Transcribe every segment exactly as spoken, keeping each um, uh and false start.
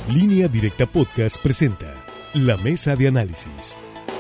Línea Directa Podcast presenta La Mesa de Análisis.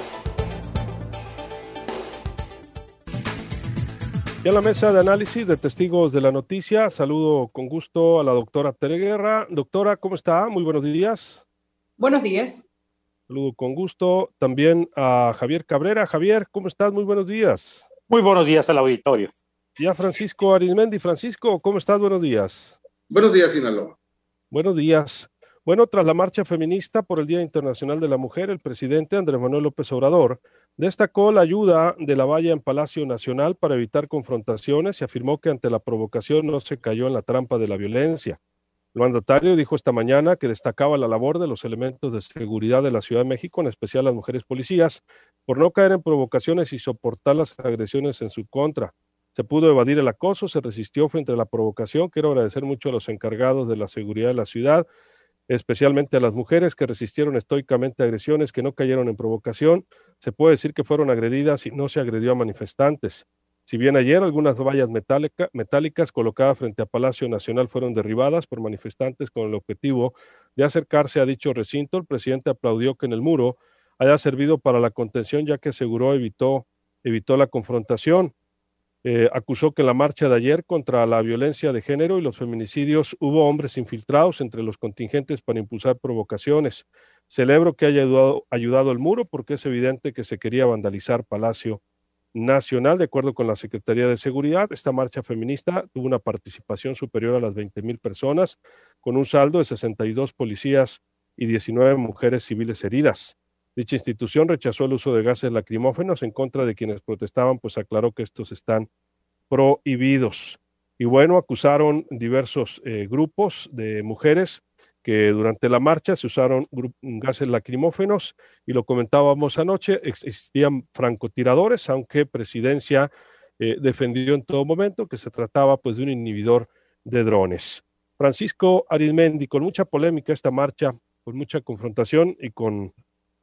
Y en la mesa de análisis de Testigos de la Noticia, saludo con gusto a la doctora Tere Guerra. Doctora, ¿cómo está? Muy buenos días. Buenos días. Saludo con gusto también a Javier Cabrera. Javier, ¿cómo estás? Muy buenos días. Muy buenos días al auditorio. Y a Francisco Arizmendi. Francisco, ¿cómo estás? Buenos días. Buenos días, Sinaloa. Buenos días. Bueno, tras la marcha feminista por el Día Internacional de la Mujer, el presidente Andrés Manuel López Obrador destacó la ayuda de la valla en Palacio Nacional para evitar confrontaciones y afirmó que ante la provocación no se cayó en la trampa de la violencia. El mandatario dijo esta mañana que destacaba la labor de los elementos de seguridad de la Ciudad de México, en especial las mujeres policías, por no caer en provocaciones y soportar las agresiones en su contra. Se pudo evadir el acoso, se resistió frente a la provocación. Quiero agradecer mucho a los encargados de la seguridad de la ciudad, especialmente a las mujeres que resistieron estoicamente agresiones, que no cayeron en provocación. Se puede decir que fueron agredidas y no se agredió a manifestantes. Si bien ayer algunas vallas metálica, metálicas colocadas frente a Palacio Nacional fueron derribadas por manifestantes con el objetivo de acercarse a dicho recinto, el presidente aplaudió que en el muro haya servido para la contención, ya que aseguró evitó, evitó la confrontación. Eh, acusó que en la marcha de ayer contra la violencia de género y los feminicidios hubo hombres infiltrados entre los contingentes para impulsar provocaciones. Celebro que haya ayudado, ayudado el muro porque es evidente que se quería vandalizar Palacio Nacional. De acuerdo con la Secretaría de Seguridad, esta marcha feminista tuvo una participación superior a las veinte mil personas, con un saldo de sesenta y dos policías y diecinueve mujeres civiles heridas. Dicha institución rechazó el uso de gases lacrimógenos en contra de quienes protestaban, pues aclaró que estos están prohibidos. Y bueno, acusaron diversos eh, grupos de mujeres que durante la marcha se usaron gases lacrimógenos, y lo comentábamos anoche, existían francotiradores, aunque Presidencia eh, defendió en todo momento que se trataba pues de un inhibidor de drones. Francisco Arizmendi, con mucha polémica esta marcha, con mucha confrontación y con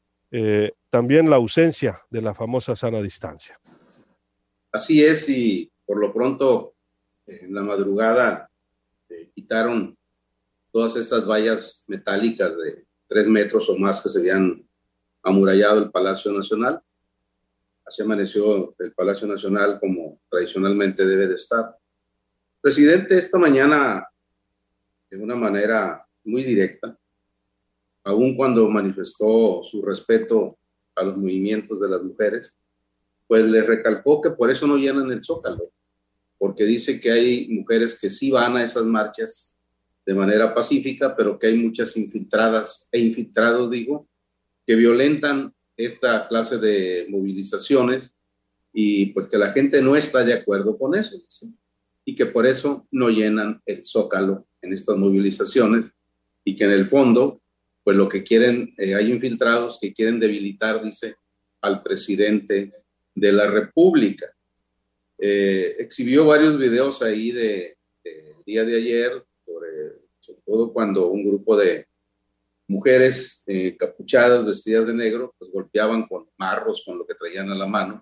Eh, también la ausencia de la famosa sana distancia. Así es, y por lo pronto en la madrugada eh, quitaron todas estas vallas metálicas de tres metros o más que se habían amurallado el Palacio Nacional. Así amaneció el Palacio Nacional como tradicionalmente debe de estar. El presidente esta mañana, de una manera muy directa, aun cuando manifestó su respeto a los movimientos de las mujeres, pues le recalcó que por eso no llenan el Zócalo, porque dice que hay mujeres que sí van a esas marchas de manera pacífica, pero que hay muchas infiltradas e infiltrados, digo, que violentan esta clase de movilizaciones y pues que la gente no está de acuerdo con eso, ¿sí? Y que por eso no llenan el Zócalo en estas movilizaciones y que en el fondo pues lo que quieren, eh, hay infiltrados que quieren debilitar, dice, al presidente de la República. Eh, exhibió varios videos ahí de, de día de ayer, sobre, sobre todo cuando un grupo de mujeres eh, capuchadas, vestidas de negro, pues golpeaban con marros, con lo que traían a la mano,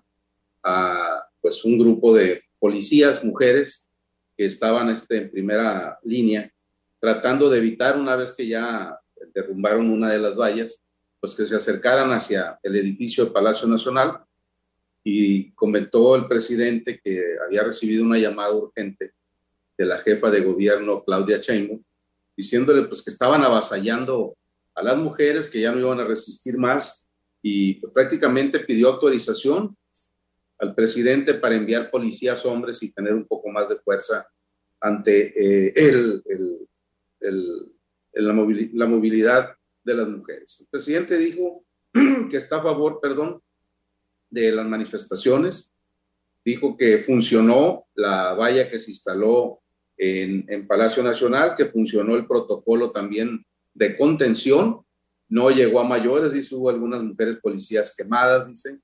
a pues un grupo de policías, mujeres, que estaban este, en primera línea, tratando de evitar, una vez que ya derrumbaron una de las vallas, pues que se acercaran hacia el edificio del Palacio Nacional, y comentó el presidente que había recibido una llamada urgente de la jefa de gobierno, Claudia Sheinbaum, diciéndole pues que estaban avasallando a las mujeres, que ya no iban a resistir más, y pues, prácticamente pidió autorización al presidente para enviar policías hombres y tener un poco más de fuerza ante eh, el, el, el La, movil- la movilidad de las mujeres. El presidente dijo que está a favor, perdón, de las manifestaciones, dijo que funcionó la valla que se instaló en, en Palacio Nacional, que funcionó el protocolo también de contención, no llegó a mayores, dice, hubo algunas mujeres policías quemadas, dice,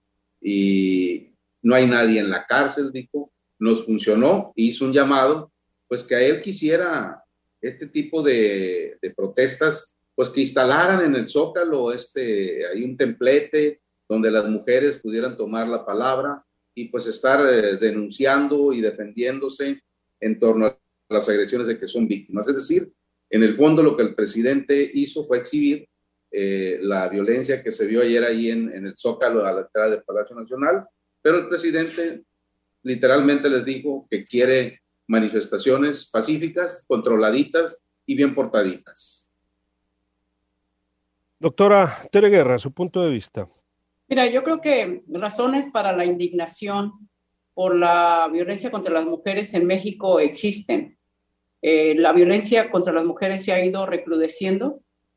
y no hay nadie en la cárcel, dijo, nos funcionó, hizo un llamado, pues que a él quisiera este tipo de, de protestas, pues que instalaran en el Zócalo este, hay un templete donde las mujeres pudieran tomar la palabra y pues estar eh, denunciando y defendiéndose en torno a las agresiones de que son víctimas. Es decir, En el fondo, lo que el presidente hizo fue exhibir eh, la violencia que se vio ayer ahí en, en el Zócalo a la entrada del Palacio Nacional, pero el presidente literalmente les dijo que quiere manifestaciones pacíficas, controladitas y bien portaditas. Doctora Tere Guerra, su punto de vista. Mira, yo creo que razones para la indignación por la violencia contra las mujeres en México existen. Eh, la violencia contra las mujeres se ha ido recrudeciendo.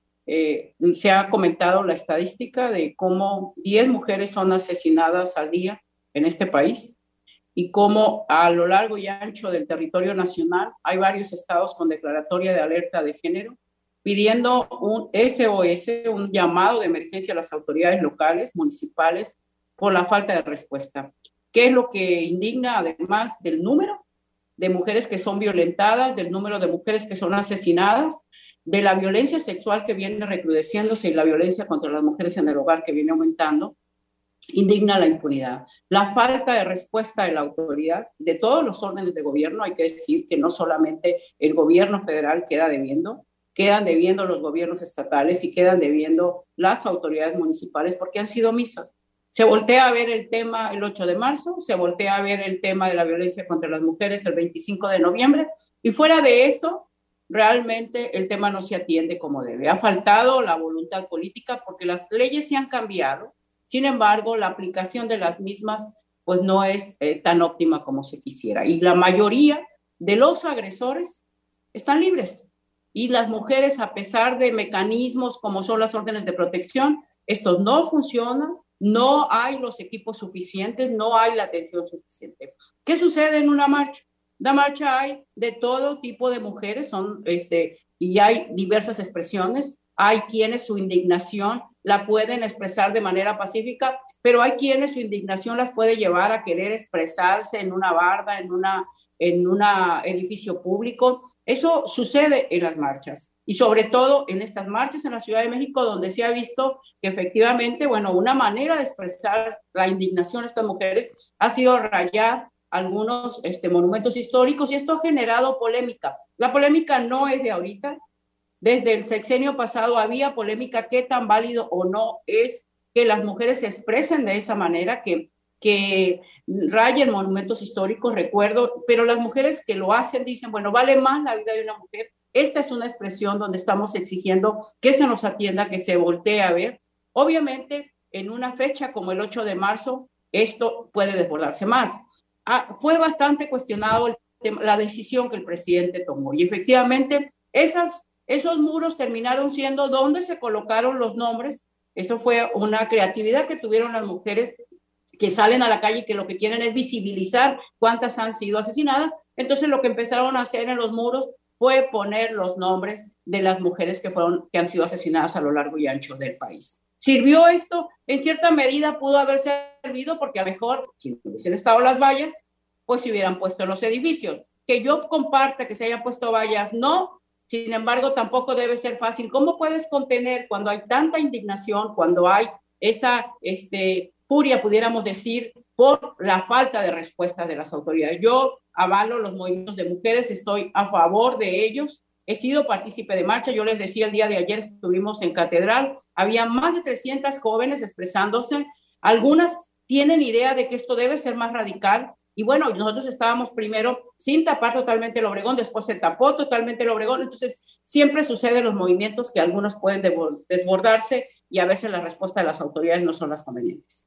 Eh, se ha comentado la estadística de cómo diez mujeres son asesinadas al día en este país y cómo a lo largo y ancho del territorio nacional hay varios estados con declaratoria de alerta de género pidiendo un S O S, un llamado de emergencia a las autoridades locales, municipales, por la falta de respuesta. ¿Qué es lo que indigna además del número de mujeres que son violentadas, del número de mujeres que son asesinadas, de la violencia sexual que viene recrudeciéndose y la violencia contra las mujeres en el hogar que viene aumentando? Indigna la impunidad, la falta de respuesta de la autoridad, de todos los órdenes de gobierno. Hay que decir que no solamente el gobierno federal queda debiendo, quedan debiendo los gobiernos estatales y quedan debiendo las autoridades municipales porque han sido omisas. Se voltea a ver el tema el ocho de marzo, se voltea a ver el tema de la violencia contra las mujeres el veinticinco de noviembre, y fuera de eso, realmente el tema no se atiende como debe. Ha faltado la voluntad política porque las leyes se han cambiado, sin embargo, la aplicación de las mismas pues no es eh, tan óptima como se quisiera. Y la mayoría de los agresores están libres. Y las mujeres, a pesar de mecanismos como son las órdenes de protección, estos no funcionan, no hay los equipos suficientes, no hay la atención suficiente. ¿Qué sucede en una marcha? En la marcha hay de todo tipo de mujeres, son, este, y hay diversas expresiones. Hay quienes su indignación la pueden expresar de manera pacífica, pero hay quienes su indignación las puede llevar a querer expresarse en una barda, en una en un edificio público. Eso sucede en las marchas y sobre todo en estas marchas en la Ciudad de México, donde se ha visto que efectivamente, bueno, una manera de expresar la indignación de estas mujeres ha sido rayar algunos este, monumentos históricos, y esto ha generado polémica. La polémica no es de ahorita. Desde el sexenio pasado había polémica qué tan válido o no es que las mujeres se expresen de esa manera, que que rayen monumentos históricos, recuerdo, pero las mujeres que lo hacen dicen, bueno, vale más la vida de una mujer. Esta es una expresión donde estamos exigiendo que se nos atienda, que se voltee a ver. Obviamente, en una fecha como el ocho de marzo, esto puede desbordarse más. Ah, fue bastante cuestionado el tema, la decisión que el presidente tomó, y efectivamente esas, esos muros terminaron siendo donde se colocaron los nombres. Eso fue una creatividad que tuvieron las mujeres que salen a la calle y que lo que quieren es visibilizar cuántas han sido asesinadas. Entonces lo que empezaron a hacer en los muros fue poner los nombres de las mujeres que, fueron, que han sido asesinadas a lo largo y ancho del país. ¿Sirvió esto? En cierta medida pudo haber servido, porque a lo mejor, si no hubiesen estado las vallas, pues se hubieran puesto en los edificios. Que yo comparta que se hayan puesto vallas, no. Sin embargo, tampoco debe ser fácil. ¿Cómo puedes contener cuando hay tanta indignación, cuando hay esa este, furia, pudiéramos decir, por la falta de respuesta de las autoridades? Yo avalo los movimientos de mujeres, estoy a favor de ellos, he sido partícipe de marcha. Yo les decía, el día de ayer estuvimos en Catedral, había más de trescientas jóvenes expresándose, algunas tienen idea de que esto debe ser más radical, y bueno, nosotros estábamos primero sin tapar totalmente el Obregón, después se tapó totalmente el Obregón. Entonces siempre suceden los movimientos que algunos pueden desbordarse y a veces la respuesta de las autoridades no son las convenientes.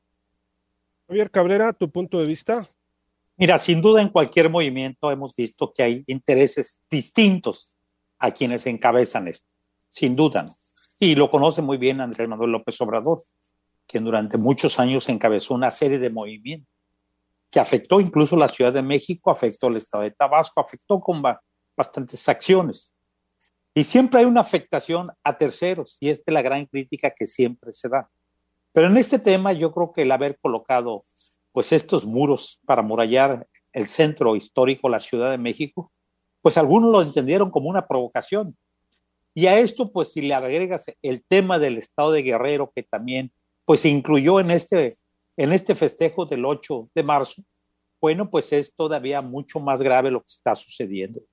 Javier Cabrera, ¿tu punto de vista? Mira, sin duda en cualquier movimiento hemos visto que hay intereses distintos a quienes encabezan esto, sin duda, ¿no? Y lo conoce muy bien Andrés Manuel López Obrador, quien durante muchos años encabezó una serie de movimientos que afectó incluso la Ciudad de México, afectó el estado de Tabasco, afectó con ba- bastantes acciones. Y siempre hay una afectación a terceros, y esta es la gran crítica que siempre se da. Pero en este tema yo creo que el haber colocado pues estos muros para amurallar el centro histórico, la Ciudad de México, pues algunos lo entendieron como una provocación. Y a esto, pues si le agregas el tema del estado de Guerrero, que también pues se incluyó en este, en este festejo del ocho de marzo, bueno, pues es todavía mucho más grave lo que está sucediendo.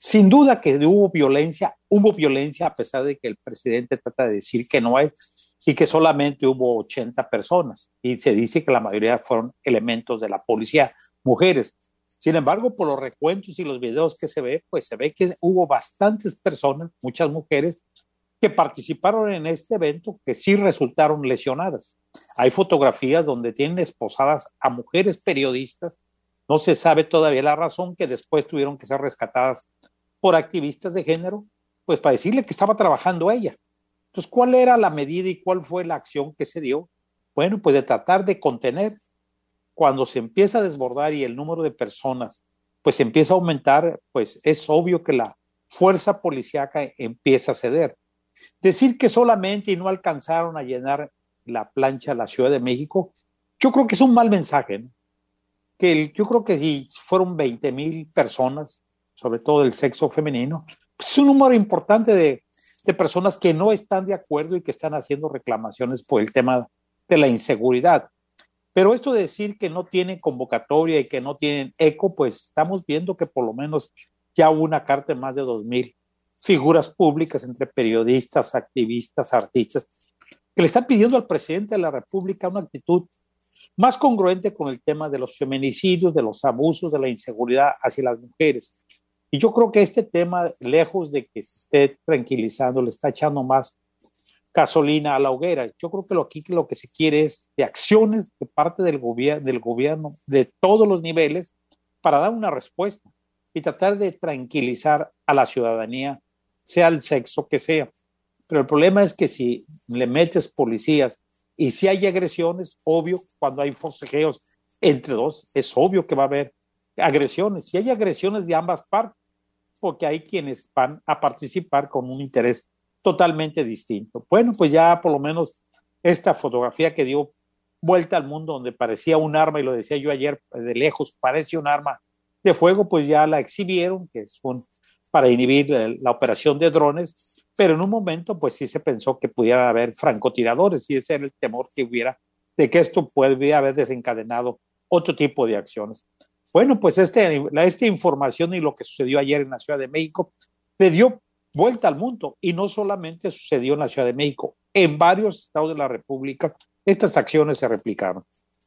Sin duda que hubo violencia, hubo violencia a pesar de que el presidente trata de decir que no hay y que solamente hubo ochenta personas y se dice que la mayoría fueron elementos de la policía, mujeres. Sin embargo, por los recuentos y los videos que se ve, pues se ve que hubo bastantes personas, muchas mujeres, que participaron en este evento que sí resultaron lesionadas. Hay fotografías donde tienen esposadas a mujeres periodistas. No se sabe todavía la razón, que después tuvieron que ser rescatadas por activistas de género, pues para decirle que estaba trabajando ella. Entonces, ¿cuál era la medida y cuál fue la acción que se dio? Bueno, pues de tratar de contener. Cuando se empieza a desbordar y el número de personas pues empieza a aumentar, pues es obvio que la fuerza policíaca empieza a ceder. Decir que solamente y no alcanzaron a llenar la plancha de la Ciudad de México, yo creo que es un mal mensaje, ¿no? Que el, yo creo que si fueron veinte mil personas, sobre todo del sexo femenino, pues es un número importante de, de personas que no están de acuerdo y que están haciendo reclamaciones por el tema de la inseguridad. Pero esto de decir que no tienen convocatoria y que no tienen eco, pues estamos viendo que por lo menos ya hubo una carta de más de dos mil figuras públicas entre periodistas, activistas, artistas, que le están pidiendo al presidente de la República una actitud más congruente con el tema de los feminicidios, de los abusos, de la inseguridad hacia las mujeres. Y yo creo que este tema, lejos de que se esté tranquilizando, le está echando más gasolina a la hoguera. Yo creo que lo, aquí lo que se quiere es de acciones de parte del, gobier- del gobierno de todos los niveles para dar una respuesta y tratar de tranquilizar a la ciudadanía, sea el sexo que sea. Pero el problema es que si le metes policías y si hay agresiones, obvio, cuando hay forcejeos entre dos, es obvio que va a haber agresiones. Si hay agresiones de ambas partes, porque hay quienes van a participar con un interés totalmente distinto. Bueno, pues ya por lo menos esta fotografía que dio vuelta al mundo, donde parecía un arma, y lo decía yo ayer de lejos, parece un arma de fuego, pues ya la exhibieron, que es un, para inhibir la, la operación de drones, pero en un momento pues sí se pensó que pudiera haber francotiradores, y ese era el temor que hubiera de que esto pudiera haber desencadenado otro tipo de acciones. Bueno, pues este, la, esta información y lo que sucedió ayer en la Ciudad de México le dio vuelta al mundo, y no solamente sucedió en la Ciudad de México, en varios estados de la República estas acciones se replicaron.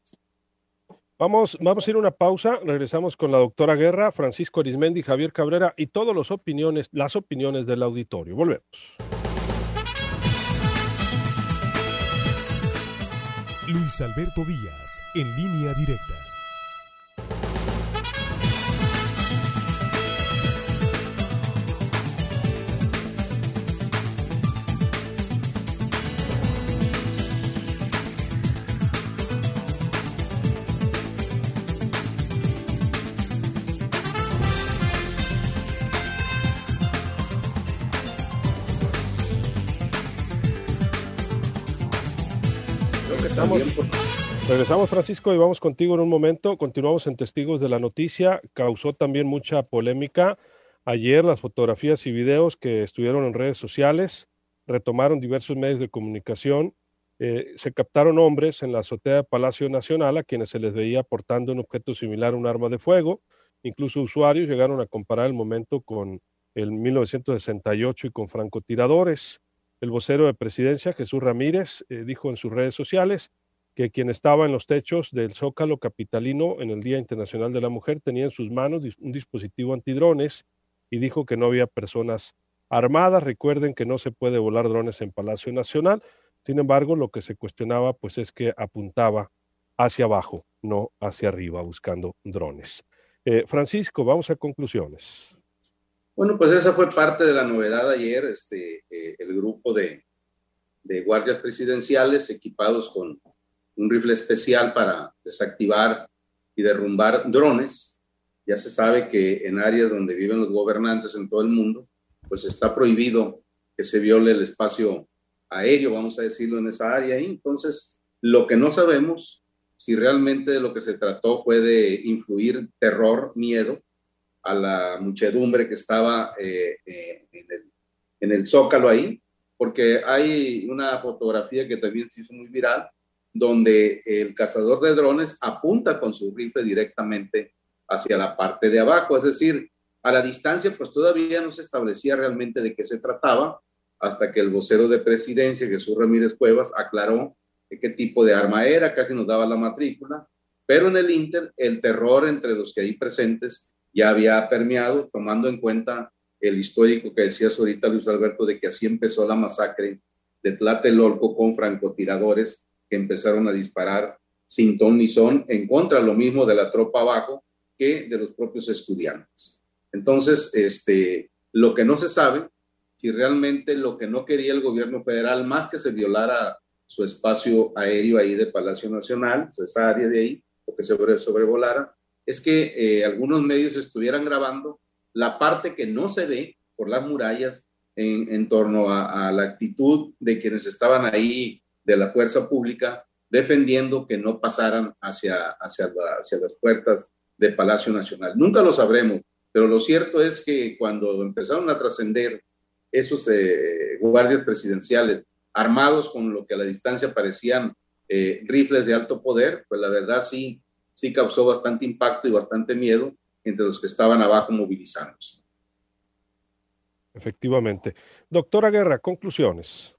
Vamos, vamos a ir a una pausa, regresamos con la doctora Guerra, Francisco Arizmendi, Javier Cabrera y todas las opiniones, las opiniones del auditorio. Volvemos. Luis Alberto Díaz, en línea directa. Estamos, regresamos, Francisco, y vamos contigo en un momento. Continuamos en Testigos de la Noticia. Causó también mucha polémica ayer las fotografías y videos que estuvieron en redes sociales. Retomaron diversos medios de comunicación. Eh, se captaron hombres en la azotea de Palacio Nacional a quienes se les veía portando un objeto similar a un arma de fuego. Incluso usuarios llegaron a comparar el momento con el mil novecientos sesenta y ocho y con francotiradores. El vocero de Presidencia, Jesús Ramírez, eh, dijo en sus redes sociales que quien estaba en los techos del Zócalo capitalino en el Día Internacional de la Mujer tenía en sus manos un dispositivo antidrones y dijo que no había personas armadas. Recuerden que no se puede volar drones en Palacio Nacional. Sin embargo, lo que se cuestionaba pues es que apuntaba hacia abajo, no hacia arriba, buscando drones. Eh, Francisco, vamos a conclusiones. Bueno, pues esa fue parte de la novedad ayer, este, eh, el grupo de, de guardias presidenciales equipados con un rifle especial para desactivar y derrumbar drones. Ya se sabe que en áreas donde viven los gobernantes en todo el mundo, pues está prohibido que se viole el espacio aéreo, vamos a decirlo, en esa área. Y entonces, lo que no sabemos, si realmente de lo que se trató fue de influir terror, miedo, a la muchedumbre que estaba eh, eh, en, el, en el Zócalo ahí, porque hay una fotografía que también se hizo muy viral, donde el cazador de drones apunta con su rifle directamente hacia la parte de abajo, es decir, A la distancia, pues todavía no se establecía realmente de qué se trataba, hasta que el vocero de presidencia, Jesús Ramírez Cuevas, aclaró de qué tipo de arma era, casi nos daba la matrícula, pero en el Inter, el terror entre los que ahí presentes ya había permeado, tomando en cuenta el histórico que decías ahorita, Luis Alberto, de que así empezó la masacre de Tlatelolco con francotiradores que empezaron a disparar sin ton ni son en contra lo mismo de la tropa abajo que de los propios estudiantes. Entonces, este, lo que no se sabe, si realmente lo que no quería el gobierno federal, más que se violara su espacio aéreo ahí de Palacio Nacional, esa área de ahí, o que se sobre, sobrevolara, es que eh, algunos medios estuvieran grabando la parte que no se ve por las murallas en, en torno a, a la actitud de quienes estaban ahí de la fuerza pública defendiendo que no pasaran hacia, hacia, la, hacia las puertas de Palacio Nacional. Nunca lo sabremos, pero lo cierto es que cuando empezaron a trascender esos eh, guardias presidenciales armados con lo que a la distancia parecían eh, rifles de alto poder, pues la verdad sí, sí causó bastante impacto y bastante miedo entre los que estaban abajo movilizándose. Efectivamente. Doctora Guerra, conclusiones.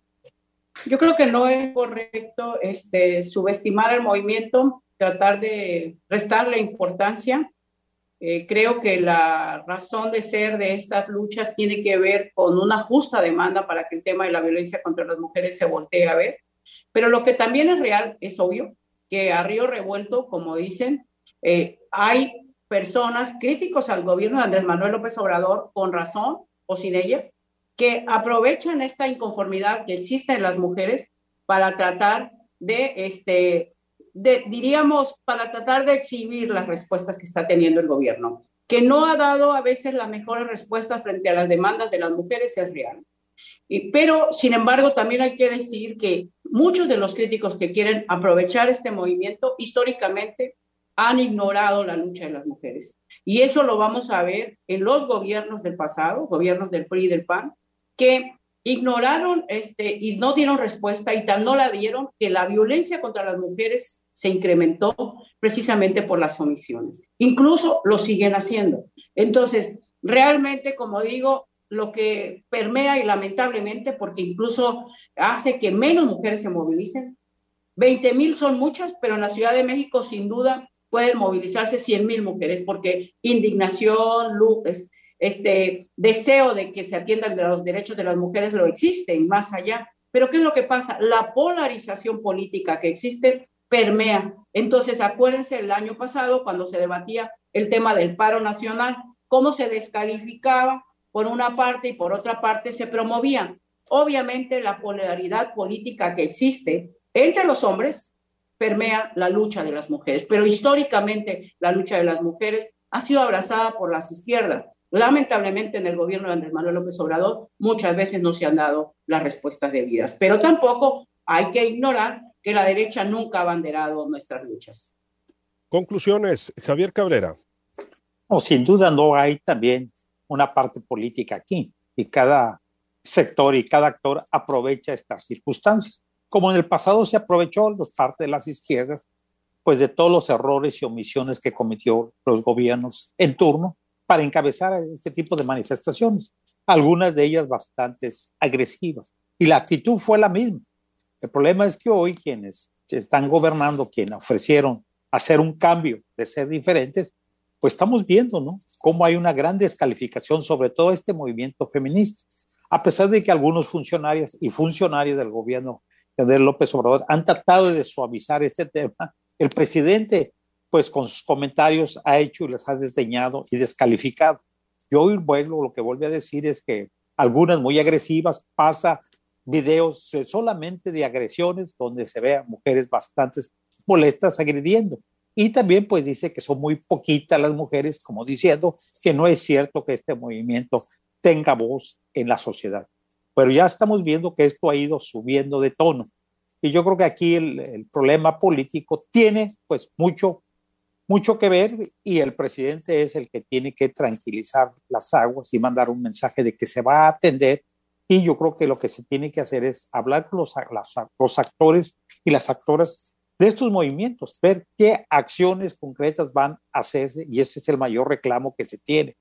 Yo creo que no es correcto este, subestimar el movimiento, tratar de restarle importancia. Eh, creo que la razón de ser de estas luchas tiene que ver con una justa demanda para que el tema de la violencia contra las mujeres se voltee a ver. Pero lo que también es real, es obvio, que a río revuelto, como dicen, eh, hay personas críticos al gobierno de Andrés Manuel López Obrador, con razón o sin ella, que aprovechan esta inconformidad que existe en las mujeres para tratar de, este, de, diríamos, para tratar de exhibir las respuestas que está teniendo el gobierno, que no ha dado a veces las mejores respuestas frente a las demandas de las mujeres, es real. Y, pero, sin embargo, también hay que decir que muchos de los críticos que quieren aprovechar este movimiento, históricamente, han ignorado la lucha de las mujeres. Y eso lo vamos a ver en los gobiernos del pasado, gobiernos del P R I y del P A N, que ignoraron este, y no dieron respuesta, y tan no la dieron que la violencia contra las mujeres se incrementó precisamente por las omisiones. Incluso lo siguen haciendo. Entonces, realmente, como digo, lo que permea y lamentablemente, porque incluso hace que menos mujeres se movilicen, veinte mil son muchas, pero en la Ciudad de México sin duda pueden movilizarse cien mil mujeres, porque indignación, luz, este deseo de que se atiendan los derechos de las mujeres lo existe y más allá. Pero ¿qué es lo que pasa? La polarización política que existe permea. Entonces, acuérdense el año pasado cuando se debatía el tema del paro nacional, cómo se descalificaba por una parte y por otra parte se promovía. Obviamente la polaridad política que existe entre los hombres permea la lucha de las mujeres, pero históricamente la lucha de las mujeres ha sido abrazada por las izquierdas. Lamentablemente en el gobierno de Andrés Manuel López Obrador muchas veces no se han dado las respuestas debidas, pero tampoco hay que ignorar que la derecha nunca ha abanderado nuestras luchas. Conclusiones, Javier Cabrera. No, sin duda no hay también una parte política aquí, y cada sector y cada actor aprovecha estas circunstancias, como en el pasado se aprovechó por parte de las izquierdas, pues de todos los errores y omisiones que cometió los gobiernos en turno para encabezar este tipo de manifestaciones, algunas de ellas bastante agresivas, y la actitud fue la misma. El problema es que hoy quienes están gobernando, quienes ofrecieron hacer un cambio, de ser diferentes, pues estamos viendo, ¿no?, cómo hay una gran descalificación sobre todo este movimiento feminista, a pesar de que algunos funcionarios y funcionarios del gobierno de Andrés López Obrador han tratado de suavizar este tema. El presidente, pues con sus comentarios ha hecho y les ha desdeñado y descalificado. Yo hoy, bueno, lo que vuelve a decir es que algunas muy agresivas, pasa videos solamente de agresiones donde se ve a mujeres bastante molestas agrediendo. Y también pues dice que son muy poquitas las mujeres, como diciendo que no es cierto que este movimiento tenga voz en la sociedad. Pero ya estamos viendo que esto ha ido subiendo de tono. Y yo creo que aquí el, el problema político tiene pues mucho, mucho que ver, y el presidente es el que tiene que tranquilizar las aguas y mandar un mensaje de que se va a atender. Y yo creo que lo que se tiene que hacer es hablar con los, las, los actores y las actoras de estos movimientos, ver qué acciones concretas van a hacerse, y ese es el mayor reclamo que se tiene.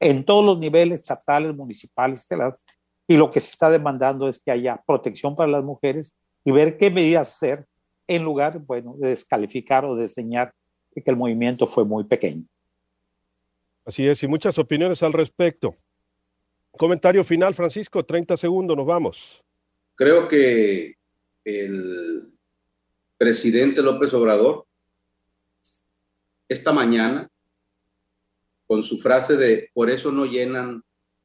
en todos los niveles, estatales, municipales, estelares, y lo que se está demandando es que haya protección para las mujeres y ver qué medidas hacer en lugar, bueno, de descalificar o de señalar que el movimiento fue muy pequeño. Así es, y muchas opiniones al respecto. Comentario final, Francisco, treinta segundos, nos vamos. Creo que el presidente López Obrador, esta mañana, con su frase de por eso no llenan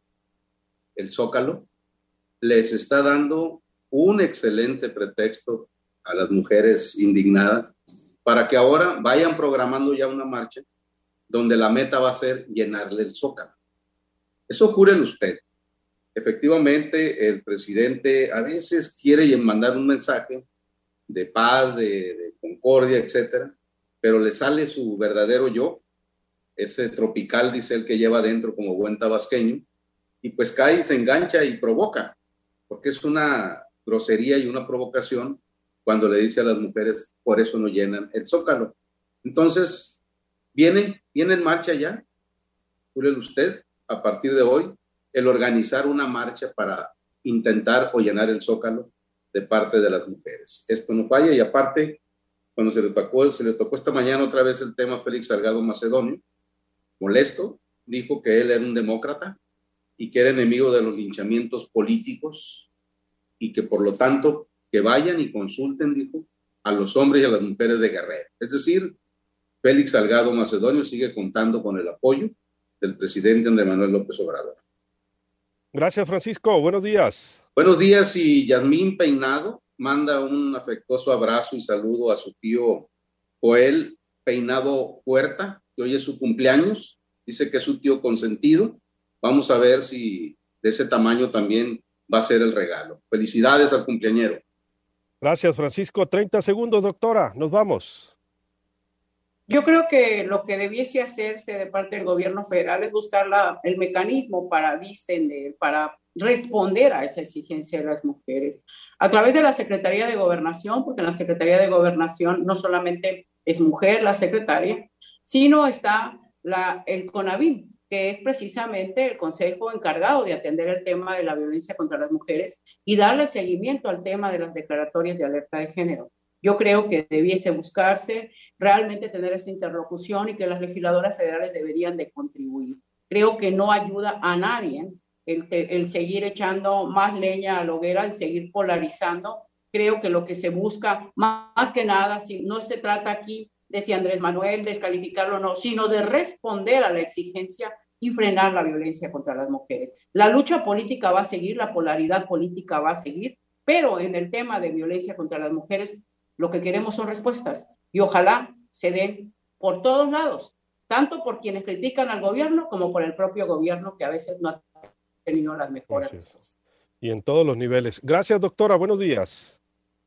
el Zócalo, les está dando un excelente pretexto a las mujeres indignadas para que ahora vayan programando ya una marcha donde la meta va a ser llenarle el Zócalo. Eso júrelo usted. Efectivamente, el presidente a veces quiere mandar un mensaje de paz, de, de concordia, etcétera, pero le sale su verdadero yo, ese tropical, dice él, que lleva dentro como buen tabasqueño, y pues cae y se engancha y provoca, porque es una grosería y una provocación cuando le dice a las mujeres, por eso no llenan el Zócalo. Entonces, viene, viene en marcha ya, júrelo usted, a partir de hoy, el organizar una marcha para intentar o llenar el Zócalo de parte de las mujeres. Esto no falla, y aparte, cuando se le tocó, se le tocó esta mañana otra vez el tema a Félix Salgado Macedonio, molesto, dijo que él era un demócrata y que era enemigo de los linchamientos políticos y que por lo tanto que vayan y consulten, dijo, a los hombres y a las mujeres de Guerrero. Es decir, Félix Salgado Macedonio sigue contando con el apoyo del presidente Andrés Manuel López Obrador. Gracias, Francisco. Buenos días. Buenos días, y Yasmín Peinado manda un afectuoso abrazo y saludo a su tío Joel Peinado Puerta, que hoy es su cumpleaños. Dice que es su tío consentido. Vamos a ver si de ese tamaño también va a ser el regalo. Felicidades al cumpleañero. Gracias, Francisco. treinta segundos, doctora. Nos vamos. Yo creo que lo que debiese hacerse de parte del gobierno federal es buscar la, el mecanismo para distender, para responder a esa exigencia de las mujeres. A través de la Secretaría de Gobernación, porque en la Secretaría de Gobernación no solamente es mujer la secretaria, sino está la, el CONAVIM, que es precisamente el consejo encargado de atender el tema de la violencia contra las mujeres y darle seguimiento al tema de las declaratorias de alerta de género. Yo creo que debiese buscarse realmente tener esa interlocución y que las legisladoras federales deberían de contribuir. Creo que no ayuda a nadie el, el seguir echando más leña a la hoguera, el seguir polarizando. Creo que lo que se busca, más, más que nada, si no se trata aquí de si Andrés Manuel descalificarlo o no, sino de responder a la exigencia y frenar la violencia contra las mujeres. La lucha política va a seguir, la polaridad política va a seguir, pero en el tema de violencia contra las mujeres, lo que queremos son respuestas, y ojalá se den por todos lados, tanto por quienes critican al gobierno como por el propio gobierno, que a veces no ha tenido las mejores respuestas. Y en todos los niveles. Gracias, doctora. Buenos días.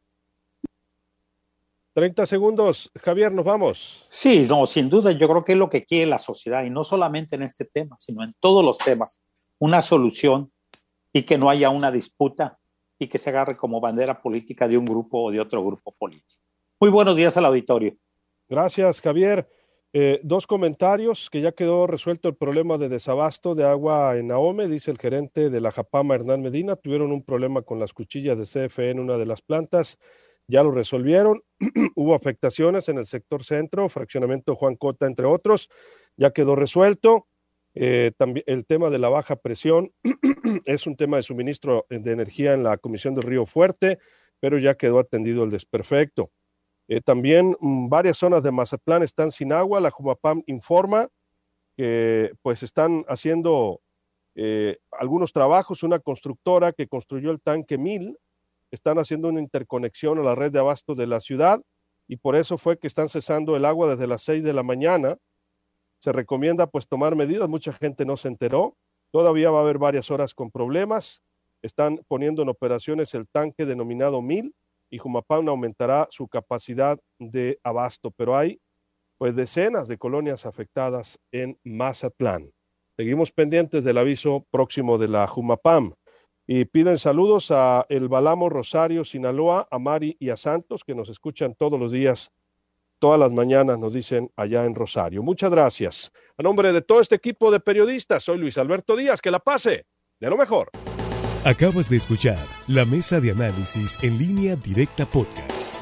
treinta segundos. Javier, nos vamos. Sí, no, sin duda, yo creo que es lo que quiere la sociedad, y no solamente en este tema, sino en todos los temas, una solución y que no haya una disputa y que se agarre como bandera política de un grupo o de otro grupo político. Muy buenos días al auditorio. Gracias, Javier. Eh, dos comentarios, que ya quedó resuelto el problema de desabasto de agua en Ahome, dice el gerente de la Japama, Hernán Medina. Tuvieron un problema con las cuchillas de C F E en una de las plantas, ya lo resolvieron. Hubo afectaciones en el sector centro, fraccionamiento Juan Cota, entre otros, ya quedó resuelto. Eh, también el tema de la baja presión es un tema de suministro de energía en la Comisión del Río Fuerte, pero ya quedó atendido el desperfecto. Eh, también mmm, varias zonas de Mazatlán están sin agua. La Jumapam informa que pues están haciendo eh, algunos trabajos. Una constructora que construyó el tanque mil, están haciendo una interconexión a la red de abasto de la ciudad, y por eso fue que están cesando el agua desde las seis de la mañana. Se recomienda pues tomar medidas, mucha gente no se enteró, todavía va a haber varias horas con problemas. Están poniendo en operaciones el tanque denominado mil, y Jumapam aumentará su capacidad de abasto, pero hay pues decenas de colonias afectadas en Mazatlán. Seguimos pendientes del aviso próximo de la Jumapam, y piden saludos a El Balamo, Rosario, Sinaloa, a Mari y a Santos, que nos escuchan todos los días todas las mañanas, nos dicen allá en Rosario. Muchas gracias. A nombre de todo este equipo de periodistas, soy Luis Alberto Díaz. Que la pase de lo mejor. Acabas de escuchar La Mesa de Análisis en Línea Directa Podcast.